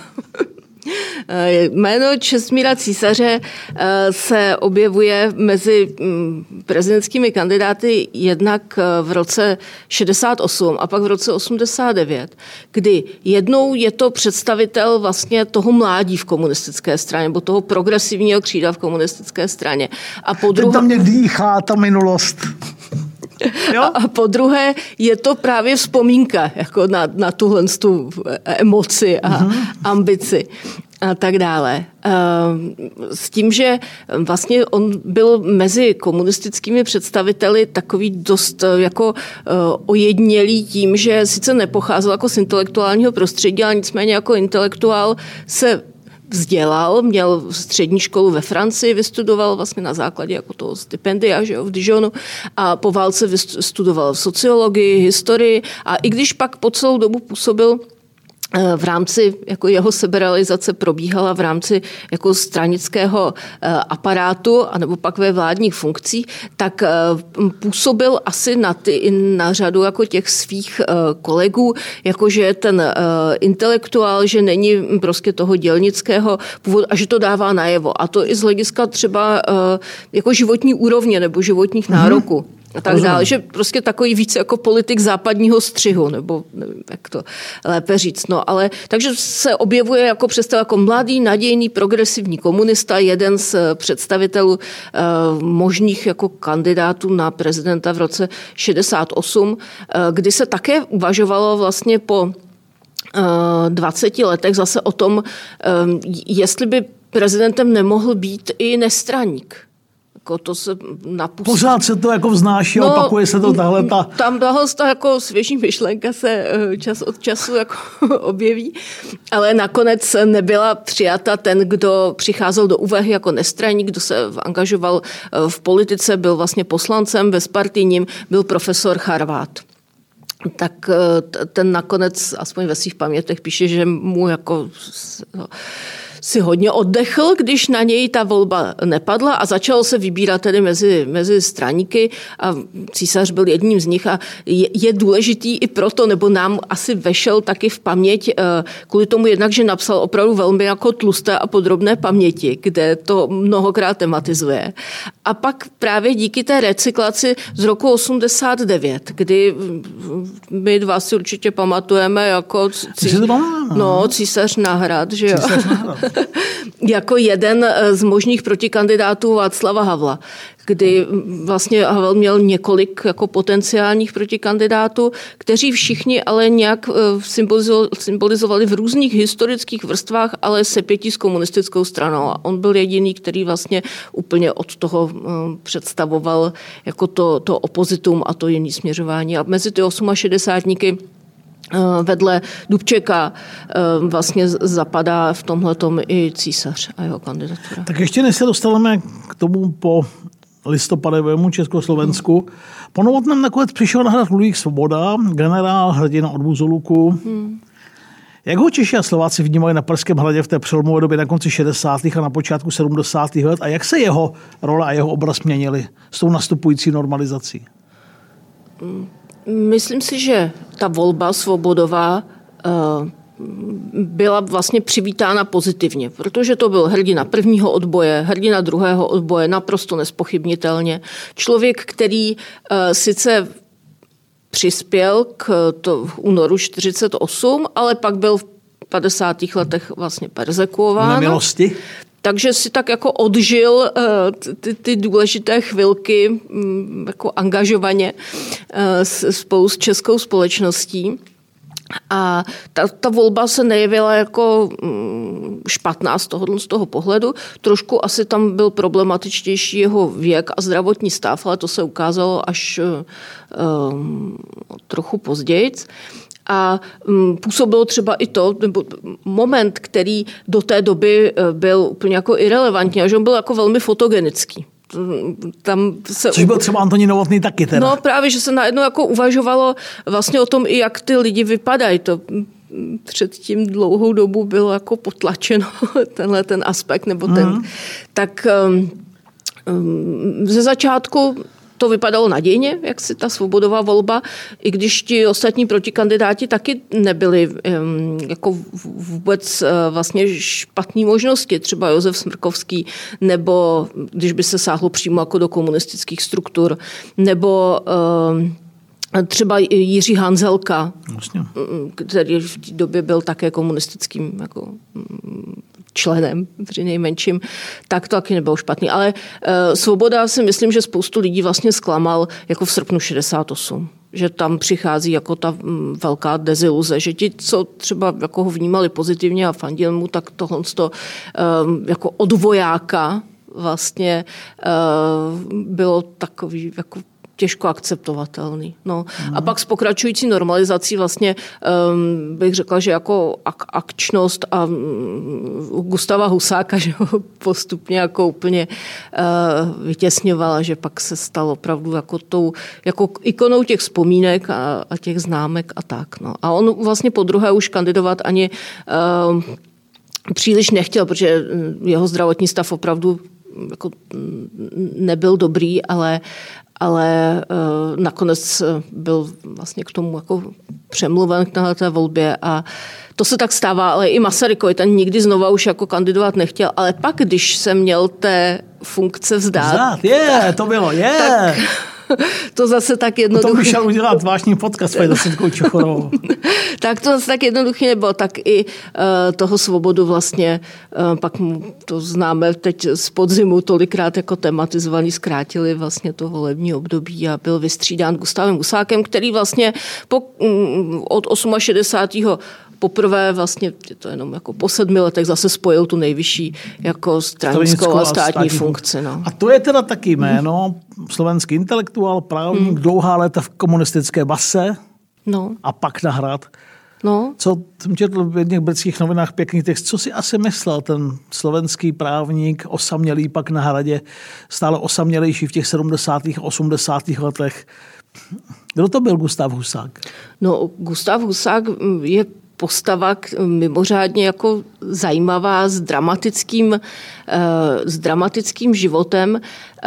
B: jméno Čestmíra Císaře se objevuje mezi prezidentskými kandidáty jednak v roce šedesát osm a pak v roce osmdesát devět, kdy jednou je to představitel vlastně toho mládí v komunistické straně, nebo toho progresivního křídla v komunistické straně. A po druhé...
A: Teď tam mě dýchá ta minulost.
B: Jo? A po druhé je to právě vzpomínka jako na, na tuhle tu emoci a mm-hmm. ambici a tak dále. S tím, že vlastně on byl mezi komunistickými představiteli takový dost jako ojednělý tím, že sice nepocházel jako z intelektuálního prostředí, ale nicméně jako intelektuál se vzdělal, měl střední školu ve Francii, vystudoval vlastně na základě jako toho stipendia, že jo, v Dijonu, a po válce vystudoval sociologii, historii, a i když pak po celou dobu působil v rámci jako jeho seberealizace probíhala v rámci jako stranického aparátu anebo pak ve vládních funkcích, tak působil asi na, ty, na řadu jako těch svých kolegů, jakože ten intelektuál, že není prostě toho dělnického původu a že to dává najevo. A to i z hlediska třeba jako životní úrovně nebo životních nároků. a tak dále, že prostě takový více jako politik západního střihu, nebo nevím, jak to lépe říct. No, ale takže se objevuje jako představa jako mladý, nadějný, progresivní komunista, jeden z představitelů eh, možných jako kandidátů na prezidenta v roce šedesát osm, eh, kdy se také uvažovalo vlastně po eh, dvaceti letech zase o tom, eh, jestli by prezidentem nemohl být i nestraník. Jako to se napustí.
A: Pořád se to jako vznáší, no, opakuje se to tahle ta...
B: Tam tahle ta jako svěží myšlenka se čas od času jako objeví, ale nakonec nebyla přijata. Ten, kdo přicházel do úvahy jako nestraník, kdo se angažoval v politice, byl vlastně poslancem bezpartijním, byl profesor Charvát. Tak ten nakonec, aspoň ve svých pamětech, píše, že mu jako... si hodně oddechl, když na něj ta volba nepadla a začalo se vybírat tedy mezi, mezi straníky a císař byl jedním z nich a je, je důležitý i proto, nebo nám asi vešel taky v paměť kvůli tomu jednak, že napsal opravdu velmi jako tlusté a podrobné paměti, kde to mnohokrát tematizuje. A pak právě díky té recyklaci z roku osmdesát devět, kdy my dva si určitě pamatujeme jako císař, no, císař na hrad, že jo? Císař na hrad. Jako jeden z možných protikandidátů Václava Havla, kdy vlastně Havel měl několik jako potenciálních protikandidátů, kteří všichni ale nějak symbolizovali v různých historických vrstvách, ale sepětí s komunistickou stranou. A on byl jediný, který vlastně úplně od toho představoval jako to, to opozitum a to jiné směřování. A mezi ty šedesátníky vedle Dubčeka vlastně zapadá v tomhletom i císař a jeho kandidatura.
A: Tak ještě než se dostaneme k tomu po listopadovému Československu. Po Novotném nakonec přišel na hrad Ludvík Svoboda, generál, hrdina odvozu luku. Hmm. Jak ho Češi a Slováci vnímali na Pražském hradě v té přelomové době na konci šedesátých a na počátku sedmdesátých let a jak se jeho role a jeho obraz měnily s tou nastupující normalizací?
B: Hmm. Myslím si, že ta volba Svobodová byla vlastně přivítána pozitivně, protože to byl hrdina prvního odboje, hrdina druhého odboje, naprosto nespochybnitelně. Člověk, který sice přispěl k to v únoru čtyřicet osm, ale pak byl v padesátých letech vlastně perzekuován.
A: Nemilosti.
B: Takže si tak jako odžil ty, ty důležité chvilky jako angažovaně spolu s českou společností. A ta, ta volba se nejevila jako špatná z toho, z toho pohledu. Trošku asi tam byl problematičtější jeho věk a zdravotní stav, ale to se ukázalo až um, trochu později. A působilo třeba i to, nebo moment, který do té doby byl úplně jako irelevantní, a že on byl jako velmi fotogenický. Tam se...
A: Což byl třeba Antonín Novotný taky teda.
B: No právě, že se najednou jako uvažovalo vlastně o tom, i jak ty lidi vypadají. To předtím dlouhou dobu bylo jako potlačeno, tenhle ten aspekt, nebo ten. Mm. Tak um, um, ze začátku to vypadalo nadějně, jak si ta Svobodová volba, i když ti ostatní protikandidáti taky nebyli um, jako vůbec uh, vlastně špatné možnosti. Třeba Josef Smrkovský, nebo když by se sáhlo přímo jako do komunistických struktur, nebo um, třeba Jiří Hanzelka, vlastně. Který v té době byl také komunistickým jako členem při nejmenším, tak to taky nebylo špatný. Ale uh, Svoboda si myslím, že spoustu lidí vlastně zklamal jako v srpnu šedesát osm. Že tam přichází jako ta um, velká deziluze, že ti, co třeba jako ho vnímali pozitivně a fandili mu, tak tohle to, um, jako od vojáka vlastně uh, bylo takový jako těžko akceptovatelný. No. Mm. A pak s pokračující normalizací vlastně um, bych řekla, že jako ak- akčnost a um, Gustava Husáka, že ho postupně jako úplně uh, vytěsňovala, že pak se stalo opravdu jako tou jako ikonou těch vzpomínek a, a těch známek a tak. No. A on vlastně podruhé už kandidovat ani uh, příliš nechtěl, protože jeho zdravotní stav opravdu jako nebyl dobrý, ale ale uh, nakonec byl vlastně k tomu jako přemluven k té volbě a to se tak stává, ale i Masarykovi, ten nikdy znova už jako kandidovat nechtěl, ale pak, když se měl té funkce vzdát.
A: Vzdát, je, yeah, to bylo, je. Yeah.
B: Tak to zase tak jednoduché.
A: To bych šel udělat vážný podcast s Docentkou Čochorovou.
B: Tak to zase tak jednoduché nebylo. Tak i uh, toho Svobodu vlastně, uh, pak to známe teď z podzimu tolikrát jako tematizovaný, zkrátili vlastně to volební období a byl vystřídán Gustavem Husákem, který vlastně po, um, od šedesátého osmého poprvé vlastně, to jenom jako po sedmi letech zase spojil tu nejvyšší jako stranickou a státní, státní funkci. No.
A: A to je teda taky jméno, slovenský intelektuál, právník, hmm. dlouhá léta v komunistické base
B: no.
A: a pak na Hrad.
B: No.
A: Co jsem četl v jedných britských novinách pěkný text, co si asi myslel ten slovenský právník, osamělý pak na Hradě, stále osamělejší v těch sedmdesátých a osmdesátých letech. Kdo to byl Gustav Husák?
B: No, Gustav Husák je postava mimořádně jako zajímavá s dramatickým, s dramatickým životem,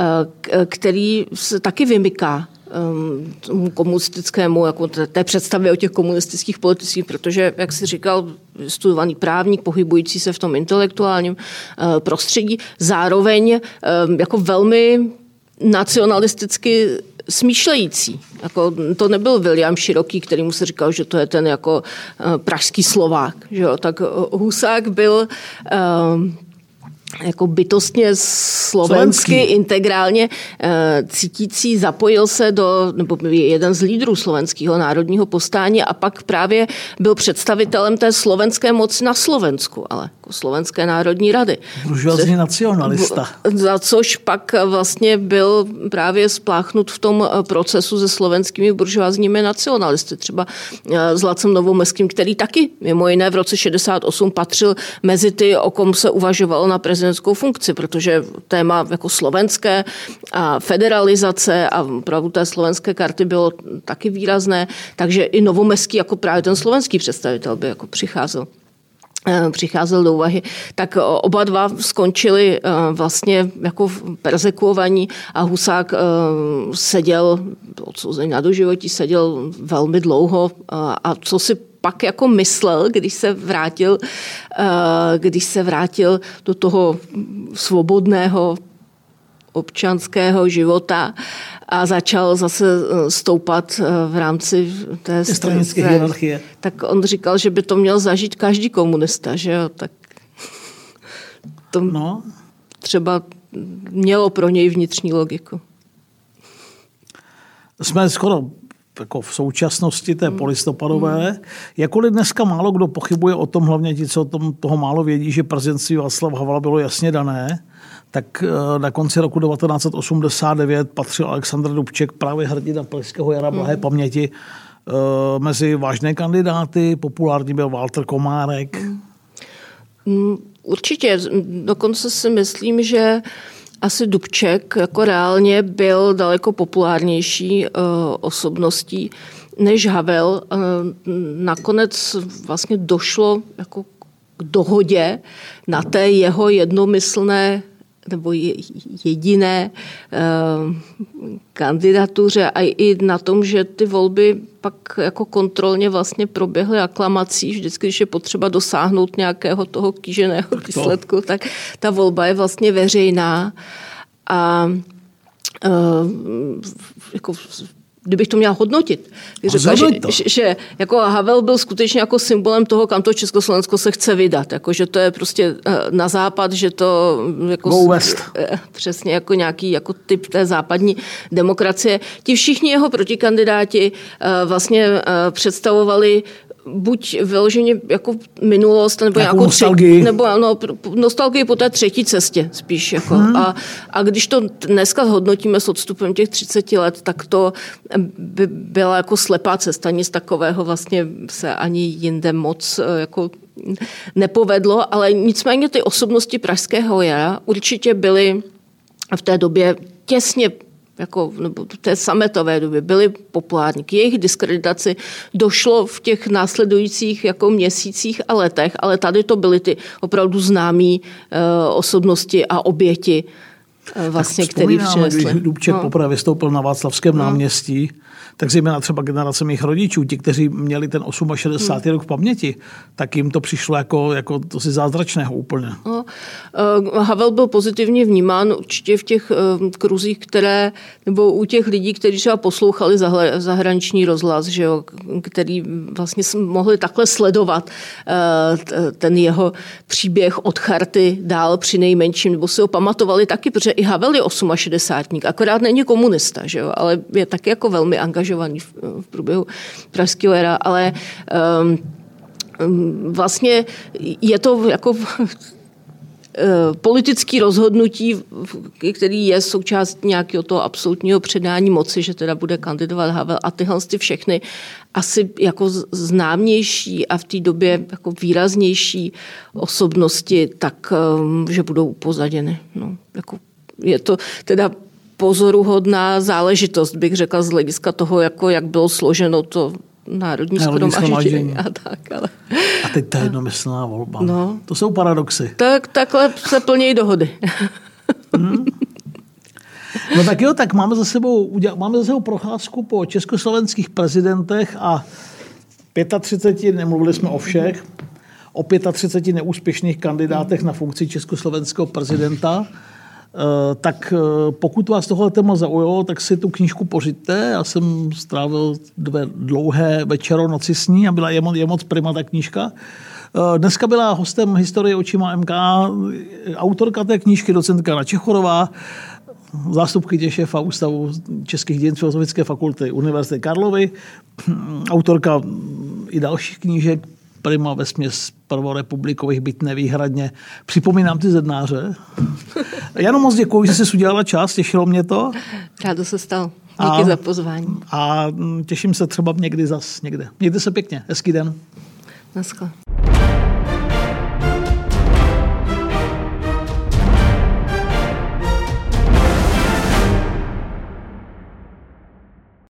B: který se taky vymyká tomu komunistickému, jako té představě o těch komunistických politicích, protože, jak jsi říkal, studovaný právník, pohybující se v tom intelektuálním prostředí, zároveň jako velmi nacionalisticky smýšlející. Jako, to nebyl William Široký, který mu se říkal, že to je ten jako uh, pražský Slovák. Že jo? Tak uh, Husák byl uh, jako bytostně slovensky, Slovenský. integrálně uh, cítící, zapojil se do, nebo je jeden z lídrů slovenského národního povstání a pak právě byl představitelem té slovenské moci na Slovensku, ale jako Slovenské národní rady.
A: Buržoazní nacionalista.
B: Za což pak vlastně byl právě spláchnut v tom procesu se slovenskými buržoazními nacionalisty. Třeba s Lacem Novomeským, který taky mimo jiné v roce šedesát osm patřil mezi ty, o kom se uvažovalo na prezidentskou funkci, protože téma jako slovenské a federalizace a opravdu té slovenské karty bylo taky výrazné, takže i Novomeský jako právě ten slovenský představitel by jako přicházel. přicházel do úvahy, tak oba dva skončili vlastně jako perzekuovaní a Husák seděl, odsouzený na doživotí, seděl velmi dlouho a co si pak jako myslel, když se vrátil, když se vrátil do toho svobodného občanského života a začal zase stoupat v rámci té
A: stranické hierarchie.
B: Tak on říkal, že by to měl zažít každý komunista, že jo, tak to
A: no.
B: třeba mělo pro něj vnitřní logiku.
A: Jsme skoro jako v současnosti té polistopadové. Hmm. Jakkoliv dneska málo kdo pochybuje o tom, hlavně ti, co o tom toho málo vědí, že prezidentství Václava Havla bylo jasně dané, tak na konci roku devatenáct set osmdesát devět patřil Alexandr Dubček, právě hrdina Pražského jara blahé hmm. paměti, mezi vážné kandidáty. Populární byl Walter Komárek.
B: Hmm. Určitě. Dokonce si myslím, že asi Dubček jako reálně byl daleko populárnější uh, osobností než Havel. Uh, nakonec vlastně došlo jako k dohodě na té jeho jednomyslné nebo jediné uh, kandidatuře a i na tom, že ty volby pak jako kontrolně vlastně proběhly aklamací. Vždycky, když je potřeba dosáhnout nějakého toho kýženého výsledku, tak ta volba je vlastně veřejná. A uh, jako kdybych to měla hodnotit, bych řekla, že, že, že jako Havel byl skutečně jako symbolem toho, kam to Československo se chce vydat. Jako, že to je prostě na západ, že to jako,
A: Go west.
B: Přesně jako nějaký jako typ té západní demokracie. Ti všichni jeho protikandidáti vlastně představovali buď vyloženě jako minulost, nebo nějakou
A: nostalgii.
B: Tři, nebo no, nostalgii po té třetí cestě spíš. Jako. Hmm. A, a když to dneska hodnotíme s odstupem těch třiceti let, tak to by byla jako slepá cesta. Nic takového vlastně se ani jinde moc jako nepovedlo, ale nicméně ty osobnosti Pražského jara určitě byly v té době těsně jako, nebo v té sametové době byly populární. K jejich diskreditaci došlo v těch následujících jako měsících a letech, ale tady to byly ty opravdu známí uh, osobnosti a oběti, uh, vlastně, který přinesli.
A: Když Dubček no. poprvé vystoupil na Václavském no. náměstí, tak zejména třeba generace mých rodičů, ti, kteří měli ten šedesátý hmm. rok v paměti, tak jim to přišlo jako, jako to si zázračného úplně.
B: No, Havel byl pozitivně vnímán určitě v těch kruzích, které, nebo u těch lidí, kteří třeba poslouchali zahraniční rozhlas, že jo, který vlastně mohli takhle sledovat ten jeho příběh od charty dál při nejmenším, nebo si ho pamatovali taky, protože i Havel je osmašedesátník, akorát není komunista, že jo, ale je taky jako velmi angažovaný v, v průběhu pražského éra, ale um, vlastně je to jako politický rozhodnutí, který je součástí nějakého toho absolutního předání moci, že teda bude kandidovat Havel a tyhle ty všechny asi jako známější a v té době jako výraznější osobnosti, tak že budou upozaděny. No, jako je to teda pozoruhodná záležitost, bych řekla, z hlediska toho, jako jak bylo složeno to národní shromáždění a tak. Ale...
A: A teď ta jednomyslná volba. No. To jsou paradoxy.
B: Tak, takhle se plnějí dohody.
A: Hmm. No tak jo, tak máme za sebou, máme za sebou procházku po československých prezidentech a třicet pět, nemluvili jsme o všech, o třicet pět neúspěšných kandidátech na funkci československého prezidenta. Tak pokud vás tohle téma zaujalo, tak si tu knížku pořiďte. Já jsem strávil dvě dlouhé večero, noci s ní a byla je moc, je moc prima ta knížka. Dneska byla hostem Historie očima M K autorka té knížky, docentka Jana Čechorová, zástupkyně šéfa Ústavu českých dějin Filozofické fakulty Univerzity Karlovy, autorka i dalších knížek, prima vesměs prvorepublikových, byť nevýhradně. Připomínám ty zednáře. Jano, moc děkuji, že jsi udělala čas, těšilo mě to.
B: Rádo se stalo. Díky a, za pozvání.
A: A těším se třeba někdy zas někde. Mějte se pěkně. Hezký den.
B: Naschle.